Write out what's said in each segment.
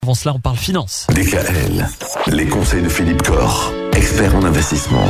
Avant cela, on parle finance. DKL, les conseils de Philippe Corr, expert en investissement.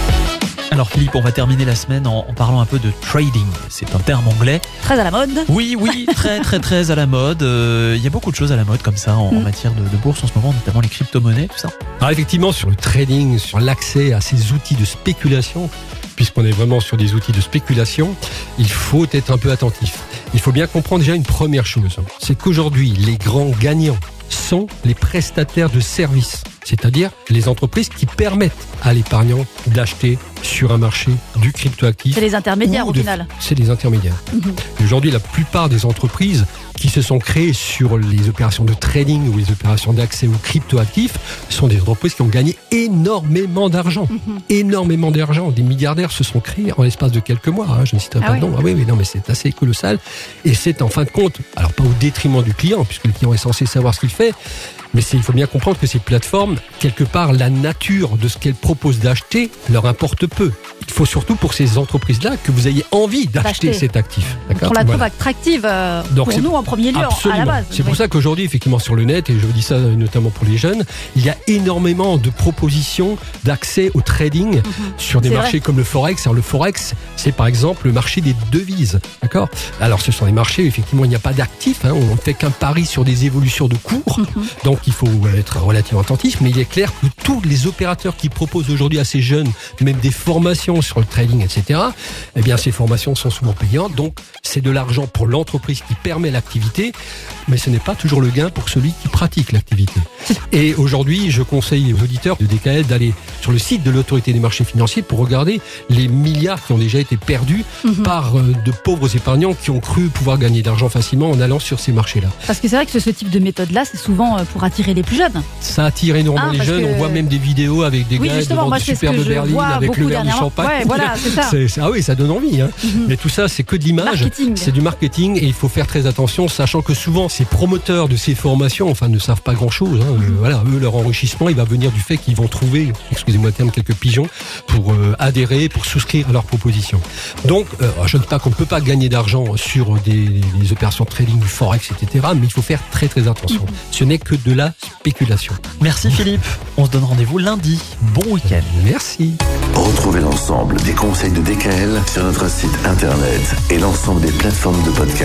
Alors Philippe, on va terminer la semaine en parlant un peu de trading. C'est un terme anglais. Très à la mode. Oui, très à la mode. Il y a beaucoup de choses à la mode comme ça en matière de bourse en ce moment, notamment les crypto-monnaies, tout ça. Alors effectivement, sur le trading, sur l'accès à ces outils de spéculation, puisqu'on est vraiment sur des outils de spéculation, il faut être un peu attentif. Il faut bien comprendre déjà une première chose, c'est qu'aujourd'hui, les grands gagnants sont les prestataires de services, c'est-à-dire les entreprises qui permettent à l'épargnant d'acheter sur un marché du cryptoactif. C'est les intermédiaires au final. C'est les intermédiaires. Aujourd'hui, la plupart des entreprises qui se sont créées sur les opérations de trading ou les opérations d'accès aux cryptoactifs sont des entreprises qui ont gagné énormément d'argent. Énormément d'argent. Des milliardaires se sont créés en l'espace de quelques mois. Je ne citerai pas de nom. Oui, non, mais c'est assez colossal. Et c'est en fin de compte, alors pas au détriment du client, puisque le client est censé savoir ce qu'il fait, mais il faut bien comprendre que ces plateformes, quelque part, la nature de ce qu'elles proposent d'acheter leur importe peu. Il faut surtout pour ces entreprises-là que vous ayez envie d'acheter cet actif. D'accord ? On la trouve attractive pour nous en premier lieu, absolument. À la base. C'est pour ça qu'aujourd'hui, effectivement, sur le net, et je vous dis ça notamment pour les jeunes, il y a énormément de propositions d'accès au trading sur des marchés comme le Forex. Alors le Forex, c'est par exemple le marché des devises. D'accord ? Alors ce sont des marchés où effectivement il n'y a pas d'actifs, on ne fait qu'un pari sur des évolutions de cours. Donc il faut être relativement attentif, mais il est clair que tous les opérateurs qui proposent aujourd'hui à ces jeunes même des formations sur le trading, etc., eh bien ces formations sont souvent payantes, donc c'est de l'argent pour l'entreprise qui permet l'activité, mais ce n'est pas toujours le gain pour celui qui pratique l'activité. Et aujourd'hui, je conseille aux auditeurs de DKL d'aller sur le site de l'autorité des marchés financiers pour regarder les milliards qui ont déjà été perdus par de pauvres épargnants qui ont cru pouvoir gagner de l'argent facilement en allant sur ces marchés-là. Parce que c'est vrai que ce type de méthode-là, c'est souvent pour attirer les plus jeunes. Ça attire énormément les jeunes. On voit même des vidéos avec des gars devant des superbes berlines avec le verre du champagne. Ouais, voilà, c'est ça. Ah oui, ça donne envie. Mais tout ça, c'est que de l'image. C'est du marketing et il faut faire très attention, sachant que souvent, ces promoteurs de ces formations, ne savent pas grand-chose. Voilà, eux, leur enrichissement, il va venir du fait qu'ils vont trouver, excusez-moi le terme, quelques pigeons pour adhérer, pour souscrire à leurs propositions. Donc, je ne dis pas qu'on ne peut pas gagner d'argent sur des opérations de trading, du forex, etc. Mais il faut faire très très attention. Ce n'est que de la spéculation. Merci Philippe. On se donne rendez-vous lundi. Bon week-end. Merci. Retrouvez l'ensemble des conseils de DKL sur notre site internet et l'ensemble des plateformes de podcast.